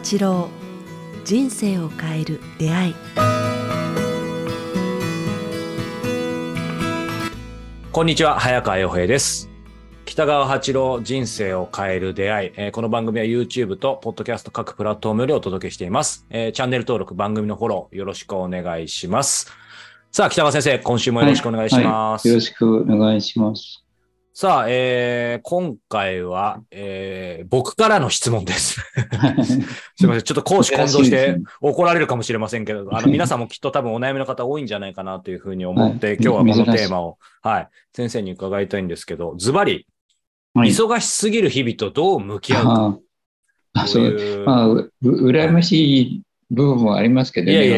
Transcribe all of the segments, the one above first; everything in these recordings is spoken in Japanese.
八郎、人生を変える出会い。 こんにちは、早川洋平です。北川八郎、人生を変える出会い。この番組は YouTube と Podcast 各プラットフォームよりお届けしています。チャンネル登録、番組のフォローよろしくお願いします。さあ、北川先生、今週もよろしくお願いします。 よろしくお願いします。 さあ、今回は、僕からの質問です。すいません。ちょっと公私混同して怒られるかもしれませんけど、皆さんもきっと多分お悩みの方多いんじゃないかなというふうに思って、今日はこのテーマを、先生に伺いたいんですけど、ズバリ、忙しすぎる日々とどう向き合うか。 羨ましい部分もありますけどね、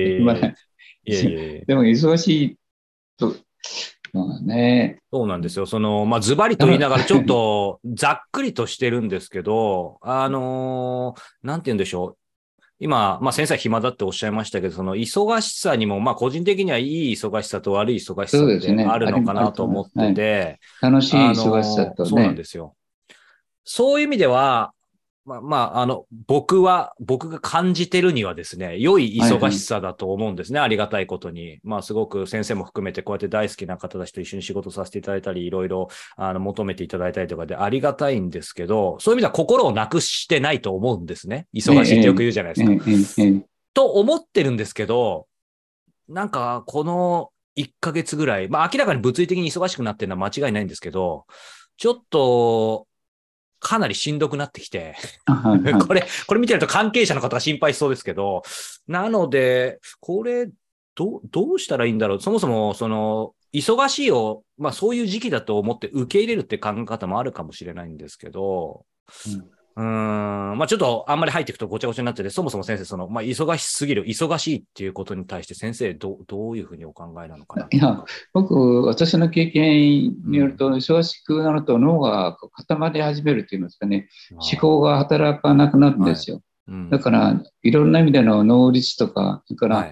でも忙しいと、 そうなんですよ。ズバリと言いながらちょっとざっくりとしてるんですけど、なんて言うんでしょう。今、先生は暇だっておっしゃいましたけど、その忙しさにも、個人的にはいい忙しさと悪い忙しさってあるのかなと思ってて、 楽しい忙しさとね。 そうなんですよ。そういう意味では、僕が感じてるにはですね、良い忙しさだと思うんですね。ありがたいことに。すごく先生も含めてこうやって大好きな方たちと一緒に仕事させていただいたり、いろいろ、求めていただいたりとかでありがたいんですけど、そういう意味では心をなくしてないと思うんですね。忙しいってよく言うじゃないですか。と思ってるんですけど、なんか、この1ヶ月ぐらい、明らかに物理的に忙しくなってるのは間違いないんですけど、ちょっと、かなりしんどくなってきてこれ見てると関係者の方が心配しそうですけど、なので、これ、どうしたらいいんだろう。そもそも、忙しいを、そういう時期だと思って受け入れるって考え方もあるかもしれないんですけど、ちょっとあんまり入っていくとごちゃごちゃになってて、そもそも先生、忙しすぎる、忙しいっていうことに対して先生、どういうふうにお考えなのかな。 いや、私の経験によると、忙しくなると脳が固まり始めるといいますかね、思考が働かなくなるんですよ。だから、いろんな意味での能率とか、それから、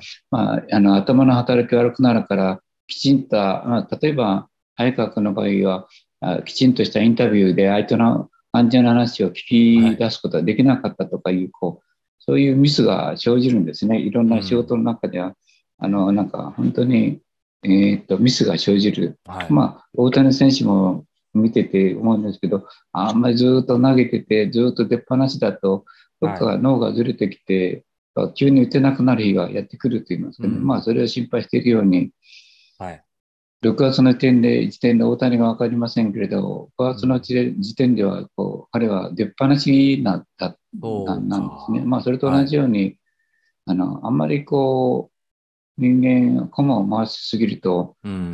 頭の働き悪くなるから、きちんと、例えば、早川君の場合は、きちんとしたインタビューで相手の安全な話を聞き出すことができなかったとかいう、そういうミスが生じるんですね。いろんな仕事の中では、なんか本当に、ミスが生じる。大谷選手も見てて思うんですけど、あんまりずっと投げてて、ずっと出っ放しだと、どっか脳がずれてきて、急に打てなくなる日がやってくると言いますかね。それを心配しているように、6月の時点で大谷が分かりませんけれど、5月の時点では彼は出っ放しなんですね。それと同じように、あんまり人間、駒を回しすぎると、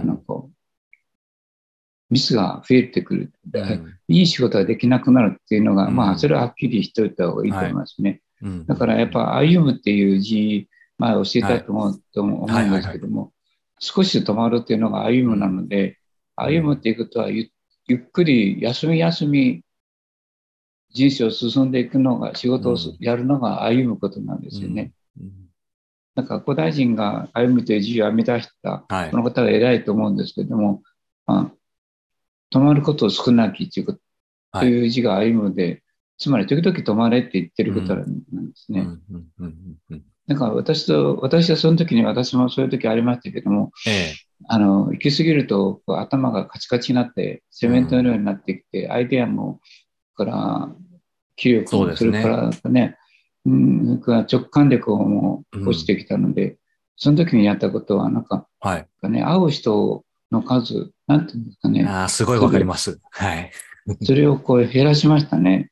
ミスが増えてくる。いい仕事ができなくなるっていうのが、それははっきりしておいた方がいいと思いますね。だからやっぱ、歩むっていう字、教えたと思うんですけども、少し止まるっていうのが歩むなので、歩むっていうことはゆっくり休み、人生を進んでいくのが、仕事をやるのが歩むことなんですよね。なんか古代人が歩むという字を編み出した、この方が偉いと思うんですけども、止まることを少なきという字が歩むで、つまり時々止まれって言ってることなんですね。だから私はその時に私もそういう時ありましたけども、行き過ぎると頭がカチカチになってセメントのようになってきて、アイデアもから気力もそれからね、直感力も落ちてきたので、その時にやったことは会う人の数、なんていうんですかね。 すごいわかります。 それを減らしましたね。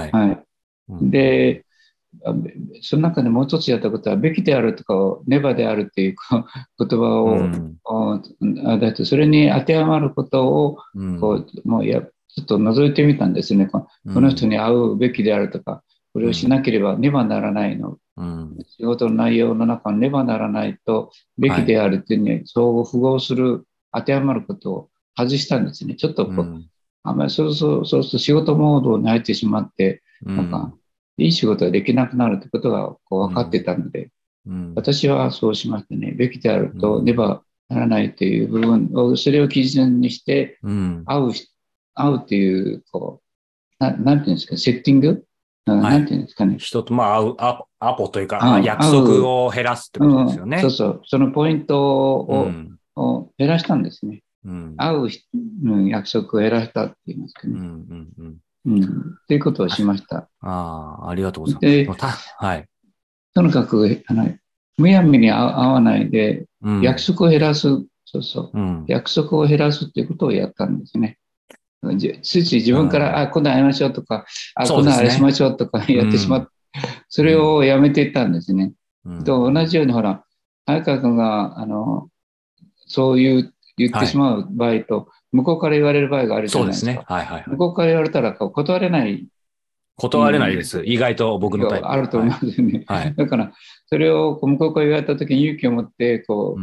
で、その中でもう一つやったことは、べきであるとか、ねばであるっていう言葉を、それに当てはまることを、ちょっと覗いてみたんですね。この人に会うべきであるとか、これをしなければねばならないの。仕事の内容の中にねばならないと、べきであるっていうね、相互符合する、当てはまることを外したんですね。ちょっとあんまりそうすると仕事モードに入ってしまって、いい仕事ができなくなるということが分かってたので、私はそうしましてね、べきであるとねばならないという部分を、それを基準にして、会うっていう、なんていうんですか、セッティングなんていうんですかね。 人とアポというか、約束を減らすってことですよね。 そうそう。そのポイントを減らしたんですね。会う約束を減らしたって言いますかね。っていうことをしました。 ありがとうございます。はい。 とにかく、むやみに会わないで、約束を減らす。そうそう。約束を減らすっていうことをやったんですね。ついつい自分から、今度会いましょうとか、今度あれしましょうとかやってしまって、それをやめていったんですね。と同じように、ほら、早川君が、そう言ってしまう場合と、向こうから言われる場合があるじゃないですか。 そうですね。はいはいはい。 向こうから言われたら断れない。 断れないです。意外と僕のタイプ。 あると思いますよね。だから、それを向こうから言われたときに勇気を持って、そ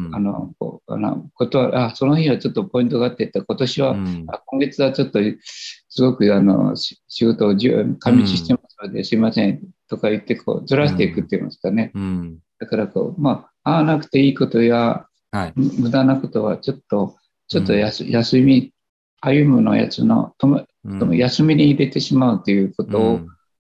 の日はちょっとポイントがあって今年は、今月はちょっと、すごく仕事を過密してますので、すいません、とか言って、ずらしていくって言いますかね。だから、会わなくていいことや、無駄なことは、ちょっと休み、歩むのやつの、休みに入れてしまうということを、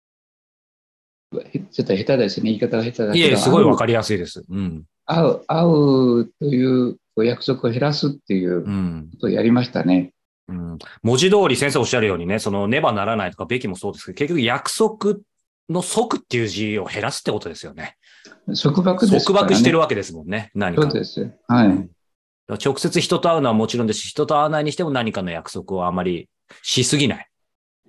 ちょっと下手ですね。言い方が下手だけど。 いえ、すごいわかりやすいです。 会うという約束を減らすっていうことをやりましたね。 文字通り先生おっしゃるようにね、そのねばならないとかべきもそうですけど、結局約束の束っていう字を減らすってことですよね。 束縛ですからね。束縛してるわけですもんね。何か。 そうです。はい。 直接人と会うのはもちろんですし、人と会わないにしても何かの約束をあまりしすぎない。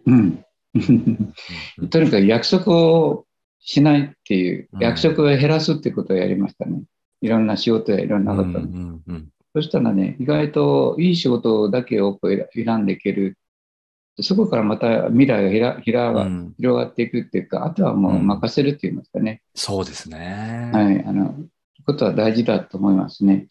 とにかく約束をしないっていう、約束を減らすってことをやりましたね。いろんな仕事やいろんなことに。そしたらね、意外といい仕事だけを選んでいける。そこからまた未来が広がっていくっていうか、あとはもう任せるって言いますかね。 そうですね。 はい。ことは大事だと思いますね。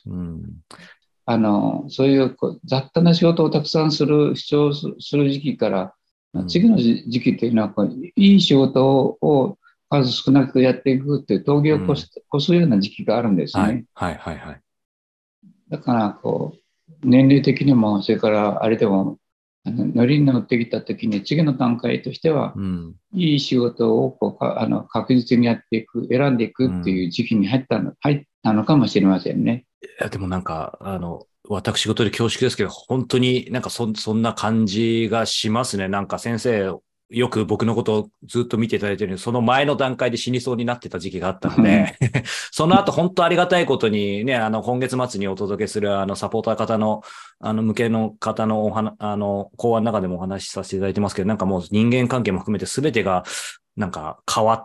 そういう雑多な仕事をたくさん主張する時期から、次の時期っていうのは、いい仕事を数少なくやっていくっていう峠を越すような時期があるんですね。だから、年齢的にも、それからあれでも、乗りに乗ってきたときに、次の段階としては、いい仕事を確実にやっていく、選んでいくっていう時期に入ったのかもしれませんね。 いや、でもなんか、私事で恐縮ですけど、本当になんかそんな感じがしますね。なんか先生、よく僕のことをずっと見ていただいているように、その前の段階で死にそうになってた時期があったので、その後本当ありがたいことにね、今月末にお届けするサポーター方の、向けの方の講話の中でもお話しさせていただいてますけど、なんかもう人間関係も含めて全てがなんか変わって、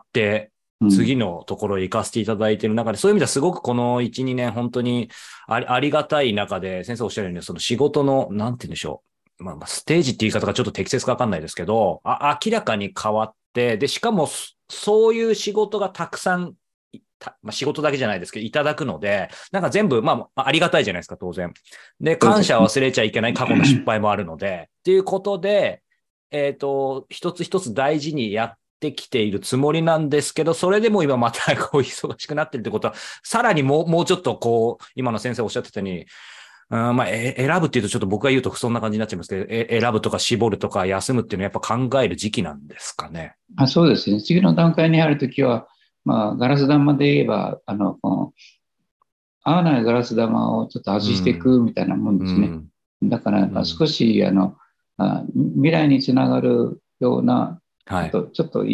次のところへ行かせていただいている中で、そういう意味ではすごくこの1、2年本当にありがたい中で、先生おっしゃるように、その仕事の、なんて言うんでしょう。ステージって言い方がちょっと適切かわかんないですけど、明らかに変わって、で、しかも、そういう仕事がたくさん、仕事だけじゃないですけど、いただくので、なんか全部、ありがたいじゃないですか、当然。で、感謝を忘れちゃいけない過去の失敗もあるので、っていうことで、一つ一つ大事にやってきているつもりなんですけど、それでも今また忙しくなってるってことは、さらにもうちょっと今の先生おっしゃってたように、選ぶっていうとちょっと僕が言うとそんな感じになっちゃいますけど、選ぶとか絞るとか休むっていうのはやっぱ考える時期なんですかね。 そうですね。次の段階に入るときは、ガラス玉で言えば、合わないガラス玉をちょっと外していくみたいなもんですね。だから、少し、未来につながるような、ちょっと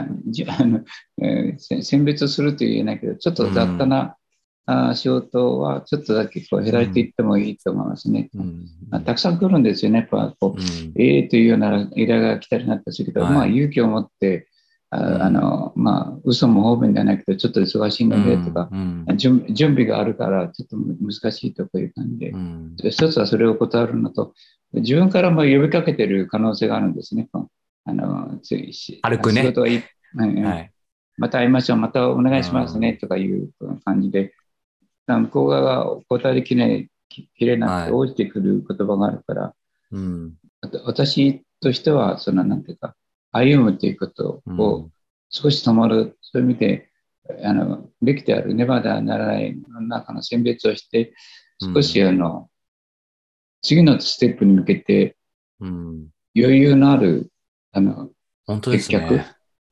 選別すると言えないけど、ちょっと雑多な、仕事はちょっとだけ減らしていってもいいと思いますね。たくさん来るんですよね。やっぱというような依頼が来たりなったりするけど、勇気を持って、嘘も方便じゃないけど、ちょっと忙しいのでとか、準備があるからちょっと難しいとかいう感じで、一つはそれを断るのと、自分からも呼びかけてる可能性があるんですね。 軽くね。 仕事はいい。また会いましょう、またお願いしますねとかいう感じで、向こう側がお答えきれなくて応じてくる言葉があるから、私としては、なんていうか、歩むということを少し止まる、そういう意味で、できてあるねばならないの中の選別をして、少し次のステップに向けて、余裕のある、 本当ですね。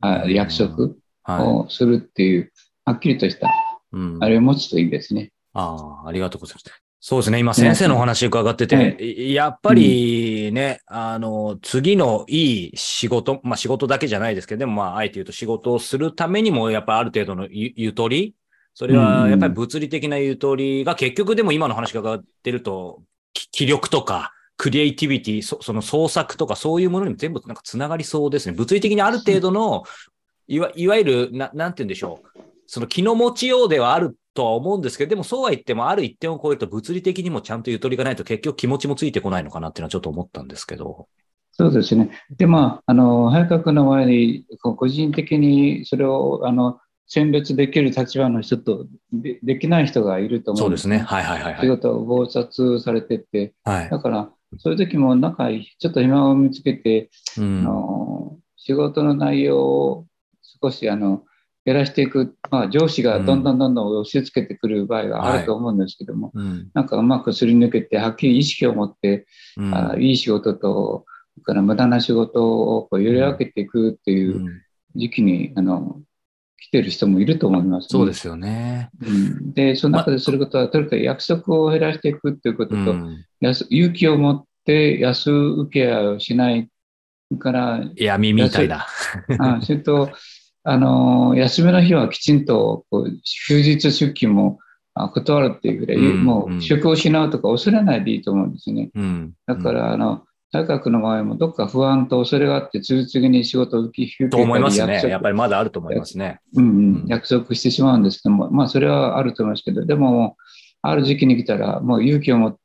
約束をするっていう、はっきりとした、あれを持つといいですね。 ありがとうございます。そうですね。今先生のお話伺ってて、やっぱりね、次のいい仕事、仕事だけじゃないですけど、でもあえて言うと仕事をするためにも、やっぱりある程度のゆとり、それはやっぱり物理的なゆとりが結局でも今の話伺ってると、気力とか、クリエイティビティ、その創作とかそういうものにも全部なんかつながりそうですね。物理的にある程度の、いわゆる、なんて言うんでしょう。その気の持ちようではあるとは思うんですけど、でもそうは言ってもある一点を超えると物理的にもちゃんとゆとりがないと結局気持ちもついてこないのかなっていうのはちょっと思ったんですけど。 そうですね。で、早川の前に、個人的にそれを、選別できる立場の人とできない人がいると思うんですね。 そうですね。はいはいはい、はい。 仕事を忙殺されてて、 はい、 だから、そういう時もなんかちょっと暇を見つけて、仕事の内容を少し減らしていく、上司がどんどん押し付けてくる場合があると思うんですけども、なんかうまくすり抜けて、はっきり意識を持って、いい仕事と、から無駄な仕事を揺れ分けていくっていう時期に、来てる人もいると思いますね。 そうですよね。 で、その中ですることは、とにかく約束を減らしていくということと、勇気を持って安請け合いをしないから、 闇みたいだ。 それと、休みの日はきちんと休日出勤も断るっていうぐらい、もう職を失うとか恐れないでいいと思うんですね。だから、大学の場合もどっか不安と恐れがあって、次々に仕事を引き受けたり、 と思いますね。やっぱりまだあると思いますね。 約束してしまうんですけども、それはあると思いますけど、でも、ある時期に来たら、もう勇気を持って、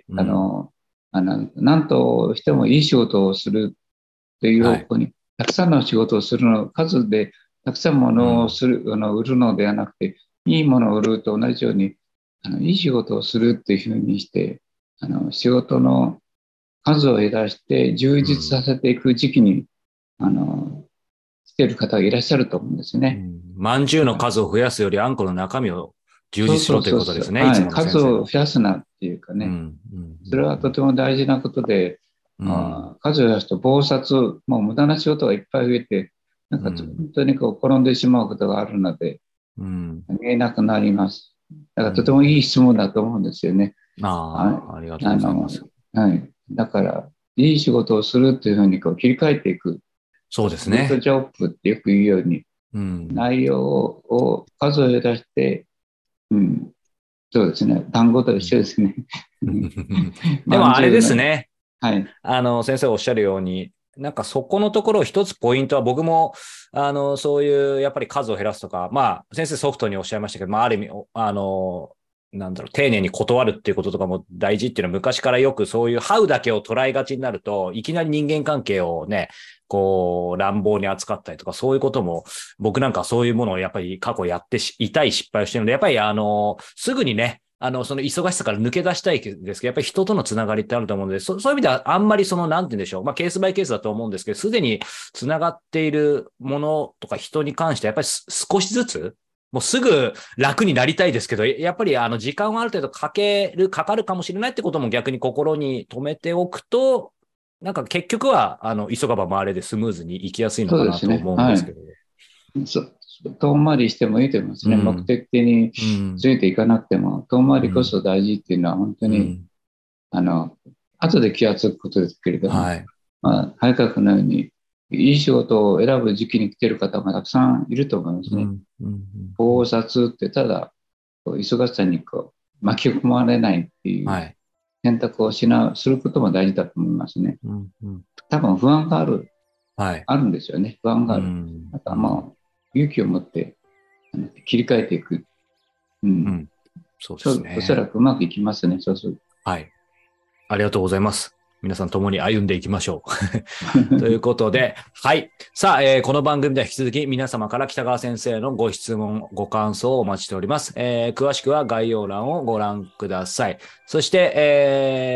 何としてもいい仕事をするという方向に、たくさんの仕事をするの、数でたくさんものをする、売るのではなくて、いいものを売ると同じように、いい仕事をするっていうふうにして、仕事の数を減らして充実させていく時期に、来ている方がいらっしゃると思うんですね。 まんじゅうの数を増やすよりあんこの中身を充実しろということですね。 数を増やすなっていうかね。それはとても大事なことで、数を増やすと忙殺、もう無駄な仕事がいっぱい増えて、なんか本当に転んでしまうことがあるので、見えなくなります。だからとてもいい質問だと思うんですよね。 ありがとうございます。 だから、いい仕事をするというふうに切り替えていく。 そうですね。 グッドジョブってよく言うように、内容を数を減らして、そうですね。単語と一緒ですね。 でもあれですね。 はい。 先生おっしゃるように、なんかそこのところ一つポイントは僕も、そういうやっぱり数を減らすとか、先生ソフトにおっしゃいましたけど、ある意味、丁寧に断るっていうこととかも大事っていうのは昔からよくそういうハウだけを捉えがちになると、いきなり人間関係をね、乱暴に扱ったりとか、そういうことも、僕なんかそういうものをやっぱり過去やって痛い失敗をしてるので、やっぱりすぐにね、その忙しさから抜け出したいですけど、やっぱり人とのつながりってあると思うので、そういう意味ではあんまりなんて言うんでしょう。ケースバイケースだと思うんですけど、すでにつながっているものとか人に関してやっぱり少しずつ、もうすぐ楽になりたいですけど、やっぱり時間はある程度かかるかもしれないってことも逆に心に留めておくと、なんか結局は急がば回れでスムーズに行きやすいのかなと思うんですけど。 遠回りしてもいいと思いますね。目的についていかなくても、遠回りこそ大事っていうのは本当に、後で気がつくことですけれども、早川君のように、いい仕事を選ぶ時期に来ている方がたくさんいると思いますね。忙殺ってただ、忙しさに巻き込まれないっていう選択をすることも大事だと思いますね。多分不安があるんですよね。不安がある。だから勇気を持って切り替えていく。 そうですね。 おそらくうまくいきますね、そうする。 はい。ありがとうございます。皆さん共に歩んでいきましょう。ということで、はい。さあ、この番組では引き続き皆様から北川先生のご質問、ご感想をお待ちしております。詳しくは概要欄をご覧ください。そして、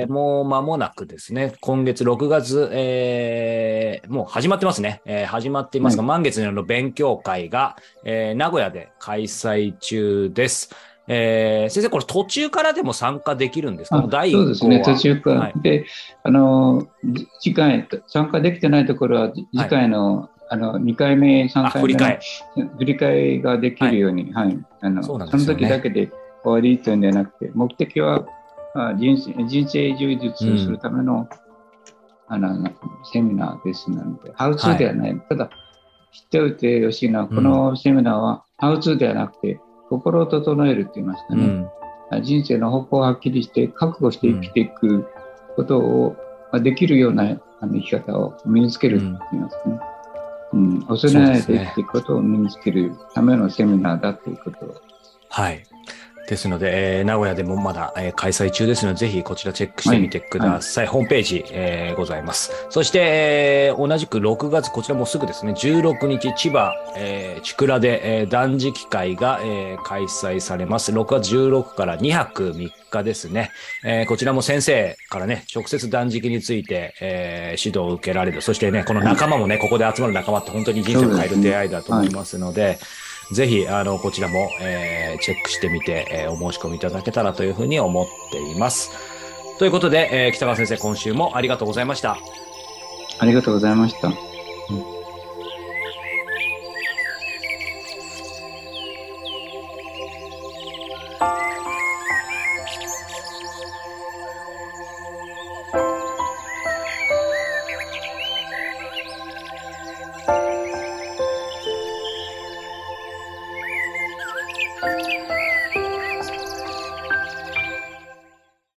もう間もなくですね、今月6月、もう始まってますね。始まっていますが、満月の勉強会が、名古屋で開催中です。先生、これ途中からでも参加できるんですか？ そうですね、途中から。で、次回、参加できてないところは、次回の 2回目、3回目の振り返りができるように、はい、その時だけで終わりというんではなくて、目的は人生充実するための、セミナーですので、ハウツーではない。ただ、知っておいてほしいのは、このセミナーはハウツーではなくて、心を整えると言いますかね、人生の方向をはっきりして、覚悟して生きていくことを、できるような生き方を身につけると言いますかね。恐れないで生きていくことを身につけるためのセミナーだということを。 はい。ですので、名古屋でもまだ、開催中ですので、ぜひこちらチェックしてみてください。ホームページ、ございます。そして、同じく6月、こちらもすぐですね、16日、千葉、千倉で、断食会が、開催されます。6月16から2泊3日ですね。こちらも先生からね、直接断食について、指導を受けられる。そしてね、この仲間もね、ここで集まる仲間って本当に人生を変える出会いだと思いますので、ぜひ、こちらも、チェックしてみて、お申し込みいただけたらというふうに思っています。ということで、北川先生、今週もありがとうございました。 ありがとうございました。